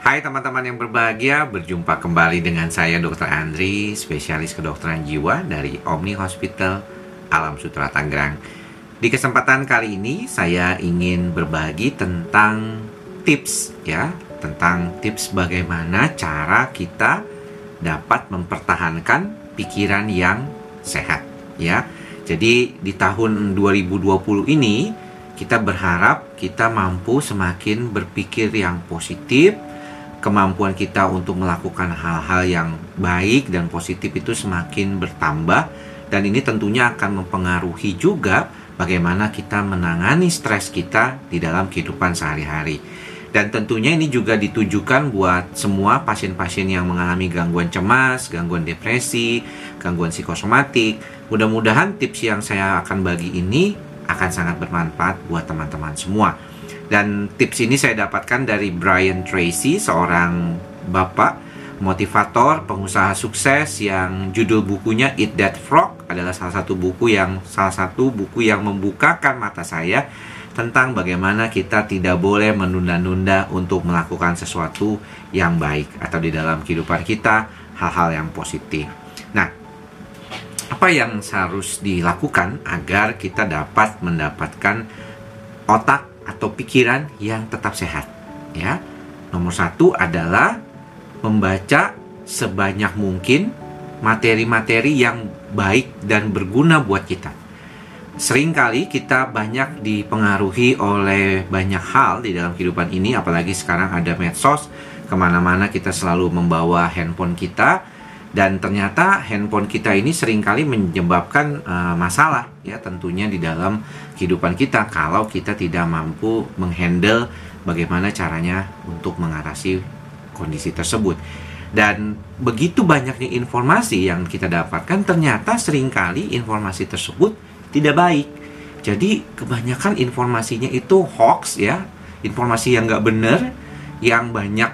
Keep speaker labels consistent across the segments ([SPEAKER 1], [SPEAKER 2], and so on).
[SPEAKER 1] Hai teman-teman yang berbahagia, berjumpa kembali dengan saya Dr. Andri, spesialis kedokteran jiwa dari Omni Hospital Alam Sutera Tangerang. Di kesempatan kali ini saya ingin berbagi tentang tips tentang tips bagaimana cara kita dapat mempertahankan pikiran yang sehat ya. Jadi di tahun 2020 ini kita berharap kita mampu semakin berpikir yang positif. Kemampuan kita untuk melakukan hal-hal yang baik dan positif itu semakin bertambah, dan ini tentunya akan mempengaruhi juga bagaimana kita menangani stres kita di dalam kehidupan sehari-hari. Dan tentunya ini juga ditujukan buat semua pasien-pasien yang mengalami gangguan cemas, gangguan depresi, gangguan psikosomatik. Mudah-mudahan tips yang saya akan bagi ini akan sangat bermanfaat buat teman-teman semua. Dan tips ini saya dapatkan dari Brian Tracy, seorang bapak motivator, pengusaha sukses yang judul bukunya Eat That Frog adalah salah satu buku yang membukakan mata saya tentang bagaimana kita tidak boleh menunda-nunda untuk melakukan sesuatu yang baik atau di dalam kehidupan kita hal-hal yang positif. Nah, apa yang harus dilakukan agar kita dapat mendapatkan otak atau pikiran yang tetap sehat ya? Nomor satu adalah membaca sebanyak mungkin materi-materi yang baik dan berguna buat kita. Seringkali kita banyak dipengaruhi oleh banyak hal di dalam kehidupan ini, apalagi sekarang ada medsos, kemana-mana kita selalu membawa handphone kita. Dan ternyata handphone kita ini seringkali menyebabkan masalah ya, tentunya di dalam kehidupan kita kalau kita tidak mampu menghandle bagaimana caranya untuk mengatasi kondisi tersebut. Dan begitu banyaknya informasi yang kita dapatkan, ternyata seringkali informasi tersebut tidak baik. Jadi kebanyakan informasinya itu hoax ya, informasi yang nggak benar, yang banyak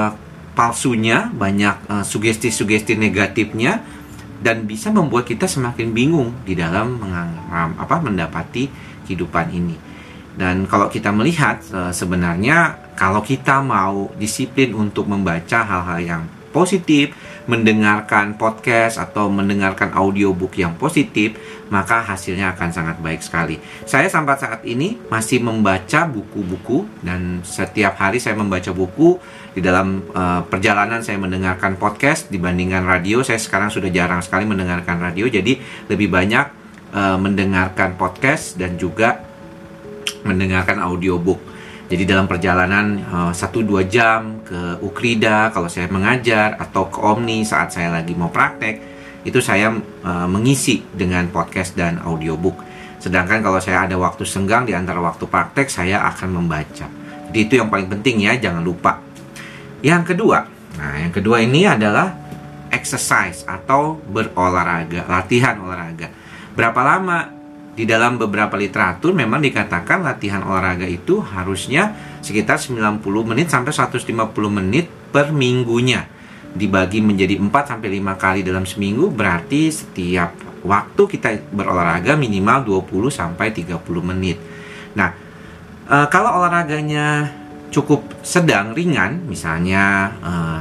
[SPEAKER 1] palsunya, banyak sugesti-sugesti negatifnya, dan bisa membuat kita semakin bingung di dalam mendapati kehidupan ini. Dan kalau kita melihat sebenarnya kalau kita mau disiplin untuk membaca hal-hal yang positif, mendengarkan podcast atau mendengarkan audiobook yang positif, maka hasilnya akan sangat baik sekali. Saya sampai saat ini masih membaca buku-buku, dan setiap hari saya membaca buku. Di dalam perjalanan saya mendengarkan podcast dibandingkan radio. Saya sekarang sudah jarang sekali mendengarkan radio, jadi lebih banyak mendengarkan podcast dan juga mendengarkan audiobook. Jadi dalam perjalanan 1-2 jam ke Ukrida kalau saya mengajar, atau ke Omni saat saya lagi mau praktek, itu saya mengisi dengan podcast dan audiobook. Sedangkan kalau saya ada waktu senggang di antara waktu praktek, saya akan membaca. Jadi itu yang paling penting ya, jangan lupa. Yang kedua ini adalah exercise atau berolahraga, latihan olahraga. Berapa lama? Di dalam beberapa literatur memang dikatakan latihan olahraga itu harusnya sekitar 90 menit sampai 150 menit per minggunya. Dibagi menjadi 4-5 kali dalam seminggu, berarti setiap waktu kita berolahraga minimal 20-30 menit. Nah, kalau olahraganya cukup sedang, ringan, misalnya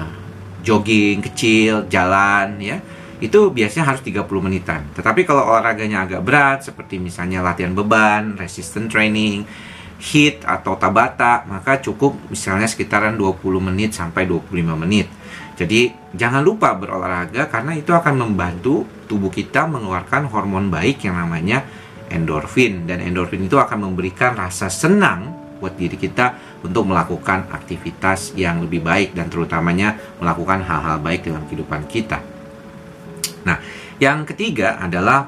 [SPEAKER 1] jogging kecil, jalan ya, itu biasanya harus 30 menitan. Tetapi kalau olahraganya agak berat, seperti misalnya latihan beban, resistance training, HIIT atau Tabata, maka cukup misalnya sekitaran 20 menit sampai 25 menit. Jadi jangan lupa berolahraga, karena itu akan membantu tubuh kita mengeluarkan hormon baik yang namanya endorfin. Dan endorfin itu akan memberikan rasa senang buat diri kita untuk melakukan aktivitas yang lebih baik, dan terutamanya melakukan hal-hal baik dalam kehidupan kita. Nah, yang ketiga adalah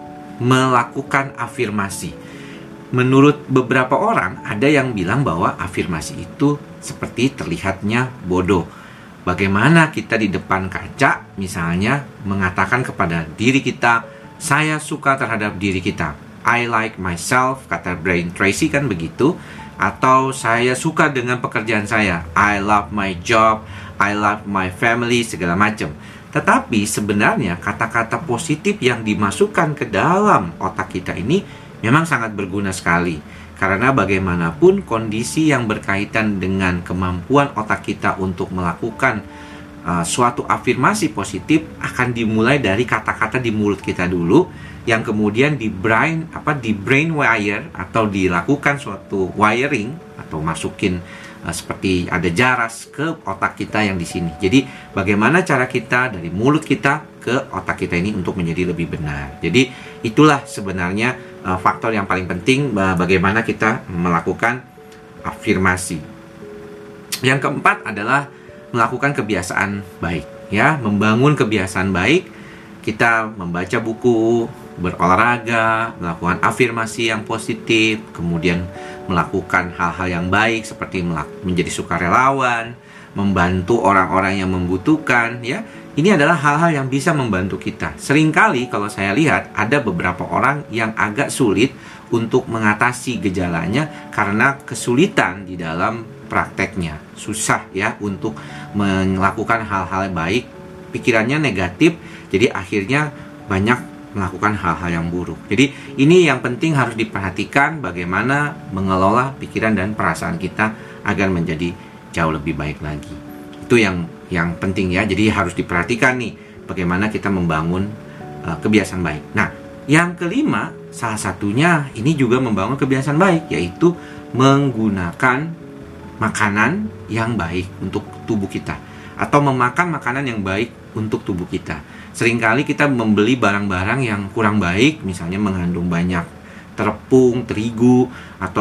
[SPEAKER 1] melakukan afirmasi. Menurut beberapa orang, ada yang bilang bahwa afirmasi itu seperti terlihatnya bodoh. Bagaimana kita di depan kaca, misalnya, mengatakan kepada diri kita, saya suka terhadap diri kita. I like myself, kata Brian Tracy kan begitu. Atau saya suka dengan pekerjaan saya, I love my job, I love my family, segala macam. Tetapi sebenarnya kata-kata positif yang dimasukkan ke dalam otak kita ini memang sangat berguna sekali. Karena bagaimanapun kondisi yang berkaitan dengan kemampuan otak kita untuk melakukan suatu afirmasi positif akan dimulai dari kata-kata di mulut kita dulu, yang kemudian di brain wire atau dilakukan suatu wiring atau masukin seperti ada jaras ke otak kita yang di sini. Jadi bagaimana cara kita dari mulut kita ke otak kita ini untuk menjadi lebih benar. Jadi itulah sebenarnya faktor yang paling penting bagaimana kita melakukan afirmasi. Yang keempat adalah melakukan kebiasaan baik, ya, membangun kebiasaan baik. Kita membaca buku, berolahraga, melakukan afirmasi yang positif, kemudian melakukan hal-hal yang baik seperti menjadi sukarelawan, membantu orang-orang yang membutuhkan, ya. Ini adalah hal-hal yang bisa membantu kita. Seringkali kalau saya lihat ada beberapa orang yang agak sulit untuk mengatasi gejalanya karena kesulitan di dalam prakteknya. Susah ya untuk melakukan hal-hal baik, pikirannya negatif, jadi akhirnya banyak melakukan hal-hal yang buruk. Jadi ini yang penting harus diperhatikan, bagaimana mengelola pikiran dan perasaan kita agar menjadi jauh lebih baik lagi. Itu yang penting ya. Jadi harus diperhatikan nih bagaimana kita membangun kebiasaan baik. Nah, yang kelima, salah satunya ini juga membangun kebiasaan baik, yaitu menggunakan makanan yang baik untuk tubuh kita, atau memakan makanan yang baik untuk tubuh kita. Seringkali kita membeli barang-barang yang kurang baik, misalnya mengandung banyak tepung, terigu, atau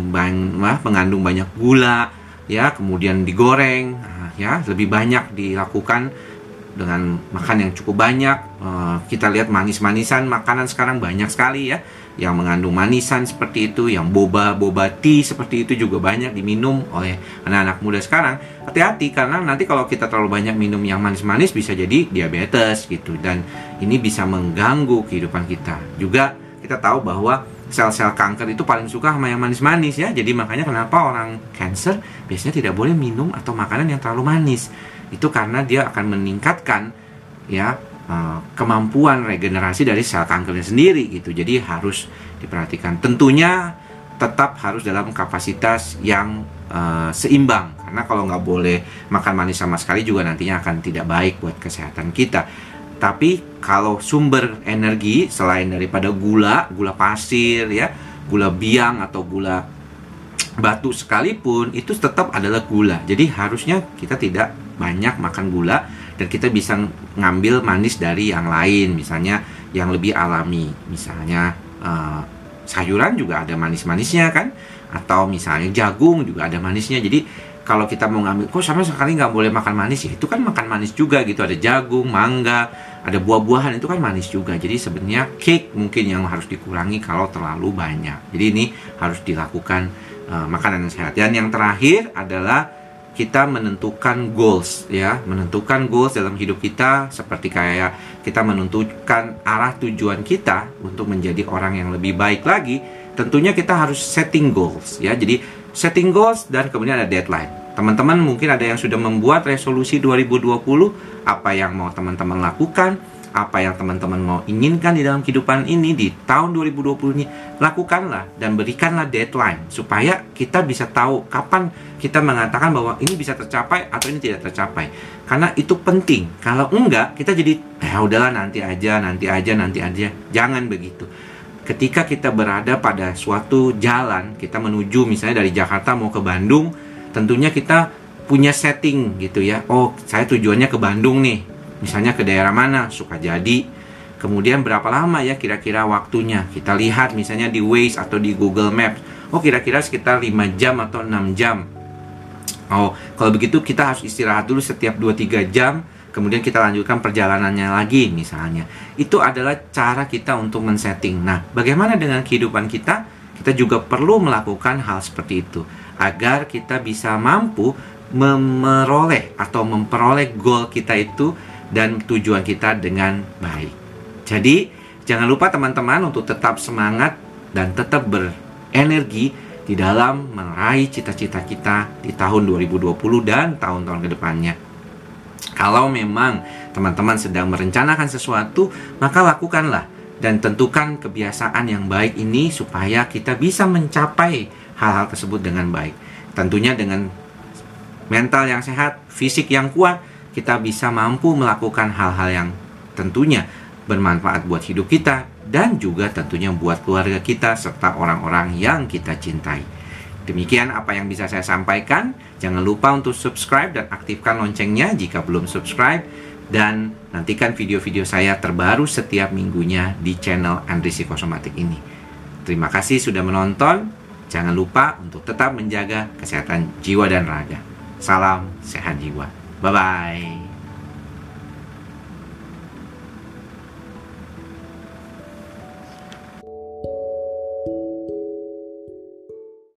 [SPEAKER 1] mengandung banyak gula, ya, kemudian digoreng, ya, lebih banyak dilakukan dengan makan yang cukup banyak. Kita lihat manis-manisan makanan sekarang banyak sekali ya, yang mengandung manisan seperti itu, yang boba tea seperti itu juga banyak diminum oleh anak-anak muda sekarang. Hati-hati, karena nanti kalau kita terlalu banyak minum yang manis-manis bisa jadi diabetes gitu, dan ini bisa mengganggu kehidupan kita. Juga kita tahu bahwa sel-sel kanker itu paling suka sama yang manis-manis ya. Jadi makanya kenapa orang cancer biasanya tidak boleh minum atau makanan yang terlalu manis. Itu karena dia akan meningkatkan ya kemampuan regenerasi dari sel kankernya sendiri gitu. Jadi harus diperhatikan. Tentunya tetap harus dalam kapasitas yang seimbang. Karena kalau nggak boleh makan manis sama sekali juga nantinya akan tidak baik buat kesehatan kita. Tapi kalau sumber energi selain daripada gula pasir ya, gula biang atau gula batu sekalipun, itu tetap adalah gula. Jadi harusnya kita tidak banyak makan gula, dan kita bisa ngambil manis dari yang lain, misalnya yang lebih alami. Misalnya sayuran juga ada manis-manisnya kan, atau misalnya jagung juga ada manisnya. Jadi kalau kita mau ngambil, kok sama sekali nggak boleh makan manis, ya itu kan makan manis juga gitu. Ada jagung, mangga, ada buah-buahan, itu kan manis juga. Jadi sebenarnya cake mungkin yang harus dikurangi kalau terlalu banyak. Jadi ini harus dilakukan makanan yang sehat. Dan yang terakhir adalah kita menentukan goals ya, menentukan goals dalam hidup kita, seperti kayak kita menentukan arah tujuan kita untuk menjadi orang yang lebih baik lagi. Tentunya kita harus setting goals ya. Jadi setting goals dan kemudian ada deadline. Teman-teman mungkin ada yang sudah membuat resolusi 2020, apa yang mau teman-teman lakukan, apa yang teman-teman mau inginkan di dalam kehidupan ini di tahun 2020 ini, lakukanlah dan berikanlah deadline supaya kita bisa tahu kapan kita mengatakan bahwa ini bisa tercapai atau ini tidak tercapai. Karena itu penting. Kalau enggak, kita jadi udahlah nanti aja. Jangan begitu. Ketika kita berada pada suatu jalan, kita menuju misalnya dari Jakarta mau ke Bandung, tentunya kita punya setting gitu ya. Oh, saya tujuannya ke Bandung nih. Misalnya ke daerah mana? Sukajadi. Kemudian berapa lama ya kira-kira waktunya? Kita lihat misalnya di Waze atau di Google Maps. Oh, kira-kira sekitar 5 jam atau 6 jam. Oh, kalau begitu kita harus istirahat dulu setiap 2-3 jam. Kemudian kita lanjutkan perjalanannya lagi misalnya. Itu adalah cara kita untuk men-setting. Nah, bagaimana dengan kehidupan kita? Kita juga perlu melakukan hal seperti itu, agar kita bisa mampu memperoleh goal kita itu dan tujuan kita dengan baik. Jadi, jangan lupa teman-teman untuk tetap semangat dan tetap berenergi di dalam meraih cita-cita kita di tahun 2020 dan tahun-tahun ke depannya. Kalau memang teman-teman sedang merencanakan sesuatu, maka lakukanlah. dan tentukan kebiasaan yang baik ini supaya kita bisa mencapai hal-hal tersebut dengan baik. Tentunya dengan mental yang sehat, fisik yang kuat, kita bisa mampu melakukan hal-hal yang tentunya bermanfaat buat hidup kita dan juga tentunya buat keluarga kita serta orang-orang yang kita cintai. Demikian apa yang bisa saya sampaikan. Jangan lupa untuk subscribe dan aktifkan loncengnya jika belum subscribe. Dan nantikan video-video saya terbaru setiap minggunya di channel Andri Psikosomatik ini. Terima kasih sudah menonton. Jangan lupa untuk tetap menjaga kesehatan jiwa dan raga. Salam sehat jiwa. Bye-bye.